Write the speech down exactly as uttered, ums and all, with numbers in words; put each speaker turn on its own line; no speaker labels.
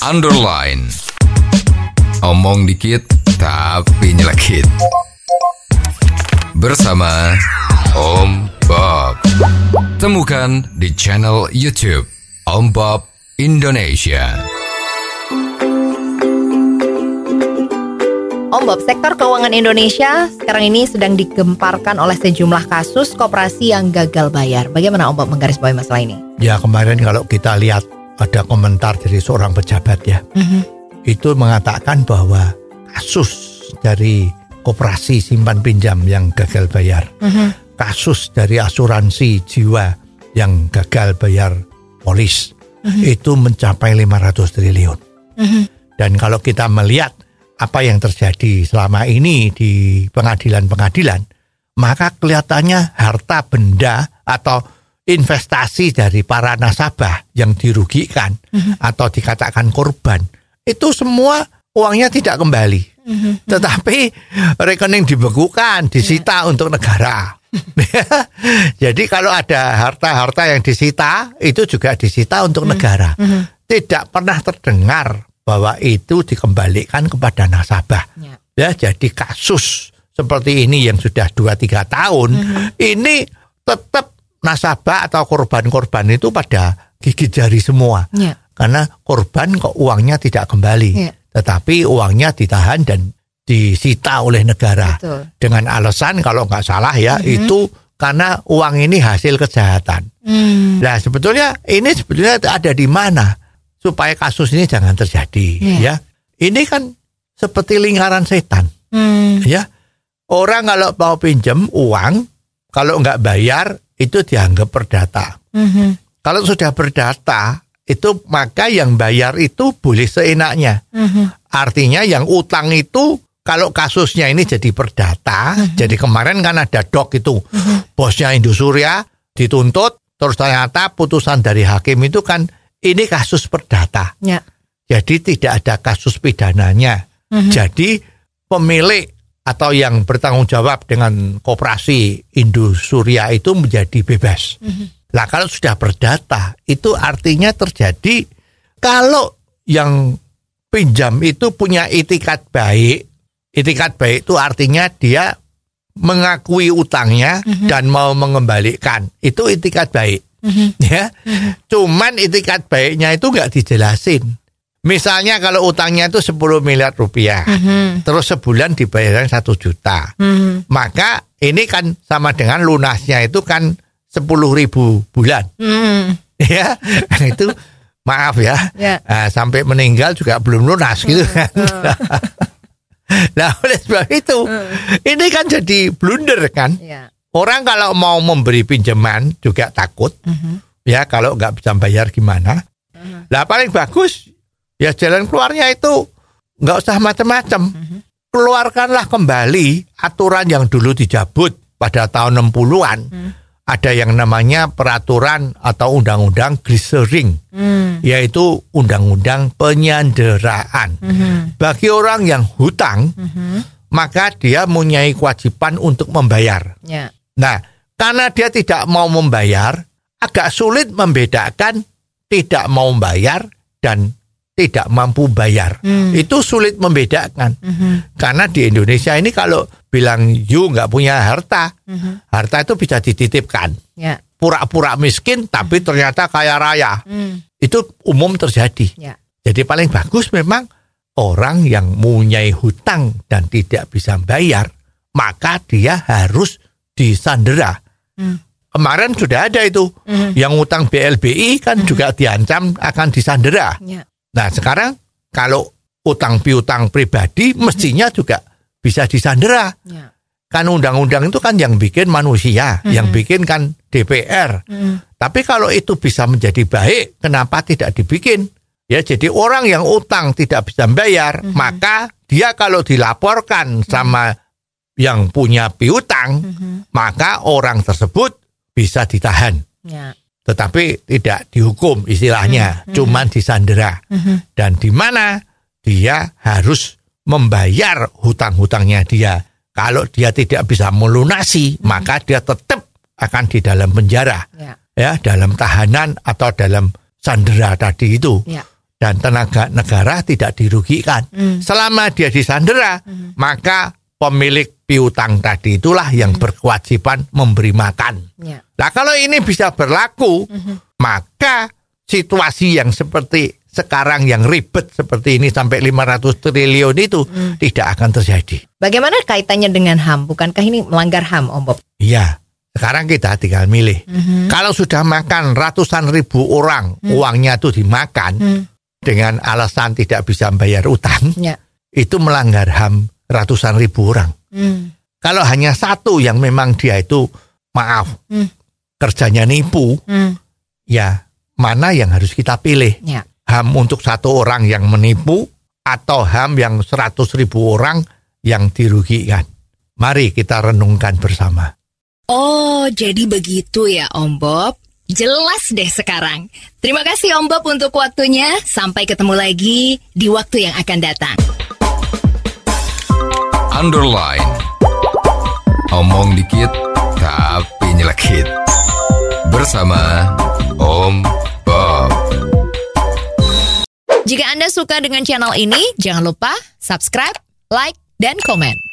underline. Omong dikit tapi nyelekit. Bersama Om Bob. Temukan di channel YouTube Om Bob Indonesia.
Om Bob, sektor keuangan Indonesia sekarang ini sedang digemparkan oleh sejumlah kasus koperasi yang gagal bayar. Bagaimana Om Bob menggarisbawahi masalah ini?
Ya, kemarin kalau kita lihat ada komentar dari seorang pejabat ya, mm-hmm. itu mengatakan bahwa kasus dari koperasi simpan pinjam yang gagal bayar, mm-hmm. kasus dari asuransi jiwa yang gagal bayar polis, mm-hmm. itu mencapai lima ratus triliun. Mm-hmm. Dan kalau kita melihat apa yang terjadi selama ini di pengadilan-pengadilan, maka kelihatannya harta benda atau investasi dari para nasabah yang dirugikan mm-hmm. atau dikatakan korban, itu semua uangnya tidak kembali. Mm-hmm. Tetapi rekening dibekukan, disita yeah. untuk negara. Jadi kalau ada harta-harta yang disita, itu juga disita untuk mm-hmm. negara. Mm-hmm. Tidak pernah terdengar bahwa itu dikembalikan kepada nasabah. Ya, ya jadi kasus seperti ini yang sudah dua tiga tahun, mm-hmm. ini tetap nasabah atau korban-korban itu pada gigit jari semua. Ya. Karena korban kok uangnya tidak kembali. Ya. Tetapi uangnya ditahan dan disita oleh negara. Betul. Dengan alasan kalau nggak salah ya, mm-hmm. itu karena uang ini hasil kejahatan. Mm. Nah sebetulnya ini sebetulnya ada di mana? Supaya kasus ini jangan terjadi, yeah. ya. Ini kan seperti lingkaran setan, mm. ya. Orang kalau mau pinjam uang, kalau nggak bayar itu dianggap perdata. Mm-hmm. Kalau sudah perdata, itu maka yang bayar itu boleh seenaknya. Mm-hmm. Artinya yang utang itu kalau kasusnya ini jadi perdata, mm-hmm. jadi kemarin kan ada dok itu, mm-hmm. bosnya Indosuria dituntut, terus ternyata putusan dari hakim itu kan ini kasus perdata, ya. Jadi tidak ada kasus pidananya. Mm-hmm. Jadi pemilik atau yang bertanggung jawab dengan koperasi Indosuria itu menjadi bebas. Mm-hmm. Nah kalau sudah perdata, itu artinya terjadi kalau yang pinjam itu punya itikat baik. Itikat baik itu artinya dia mengakui utangnya mm-hmm. dan mau mengembalikan. Itu itikat baik. Mm-hmm. Ya, mm-hmm. cuman itikat baiknya itu nggak dijelasin. Misalnya kalau utangnya itu sepuluh miliar rupiah, mm-hmm. terus sebulan dibayarkan satu juta, mm-hmm. maka ini kan sama dengan lunasnya itu kan sepuluh ribu bulan, mm-hmm. ya, itu maaf ya, yeah. nah, sampai meninggal juga belum lunas gitu kan. Mm-hmm. Nah oleh sebab itu, mm-hmm. ini kan jadi blunder kan. Yeah. Orang kalau mau memberi pinjaman juga takut, uh-huh. ya kalau nggak bisa bayar gimana. Uh-huh. Lah paling bagus ya jalan keluarnya itu nggak usah macam-macam. Uh-huh. Keluarkanlah kembali aturan yang dulu dicabut pada tahun enam puluhan. Uh-huh. Ada yang namanya peraturan atau undang-undang glycering, uh-huh. yaitu undang-undang penyanderaan. Uh-huh. Bagi orang yang hutang, uh-huh. maka dia mempunyai kewajiban untuk membayar. Yeah. Nah, karena dia tidak mau membayar, agak sulit membedakan tidak mau membayar dan tidak mampu bayar. Hmm. Itu sulit membedakan. Mm-hmm. Karena di Indonesia ini kalau bilang you nggak punya harta, mm-hmm. harta itu bisa dititipkan. Yeah. Pura-pura miskin tapi ternyata kaya raya. Mm. Itu umum terjadi. Yeah. Jadi paling bagus memang orang yang mempunyai hutang dan tidak bisa bayar, maka dia harus disandera. Hmm. Kemarin sudah ada itu, hmm. yang utang B L B I kan hmm. juga diancam akan disandera. Ya. Nah sekarang kalau utang piutang pribadi hmm. mestinya juga bisa disandera. Ya. Kan undang-undang itu kan yang bikin manusia, hmm. yang bikin kan D P R. Hmm. Tapi kalau itu bisa menjadi baik, kenapa tidak dibikin? Ya jadi orang yang utang tidak bisa bayar, hmm. maka dia kalau dilaporkan hmm. sama yang punya piutang, mm-hmm. maka orang tersebut bisa ditahan. Ya. Tetapi tidak dihukum istilahnya, mm-hmm. cuman disandera. Mm-hmm. Dan di mana dia harus membayar hutang-hutangnya dia. Kalau dia tidak bisa melunasi, mm-hmm. maka dia tetap akan di dalam penjara. Ya, ya dalam tahanan atau dalam sandera tadi itu. Ya. dan tenaga negara tidak dirugikan. Hmm. Selama dia disandera, hmm. maka pemilik piutang tadi itulah yang hmm. berkewajiban memberi makan. Ya. Nah kalau ini bisa berlaku, hmm. maka situasi yang seperti sekarang yang ribet seperti ini sampai lima ratus triliun itu hmm. tidak akan terjadi.
Bagaimana kaitannya dengan H A M? Bukankah ini melanggar H A M, Om Bob?
Iya. Sekarang kita tinggal milih. Mm-hmm. Kalau sudah makan ratusan ribu orang, mm. uangnya itu dimakan mm. dengan alasan tidak bisa bayar utang, yeah. itu melanggar H A M ratusan ribu orang. Mm. Kalau hanya satu yang memang dia itu, maaf, mm. kerjanya nipu, mm. ya mana yang harus kita pilih? Yeah. H A M untuk satu orang yang menipu atau H A M yang seratus ribu orang yang dirugikan? Mari kita renungkan bersama.
Oh, jadi begitu ya Om Bob. Jelas deh sekarang. Terima kasih Om Bob untuk waktunya. Sampai ketemu lagi di waktu yang akan datang.
Underline. Omong dikit tapi nyelekit. Bersama Om Bob.
Jika Anda suka dengan channel ini, jangan lupa subscribe, like, dan komen.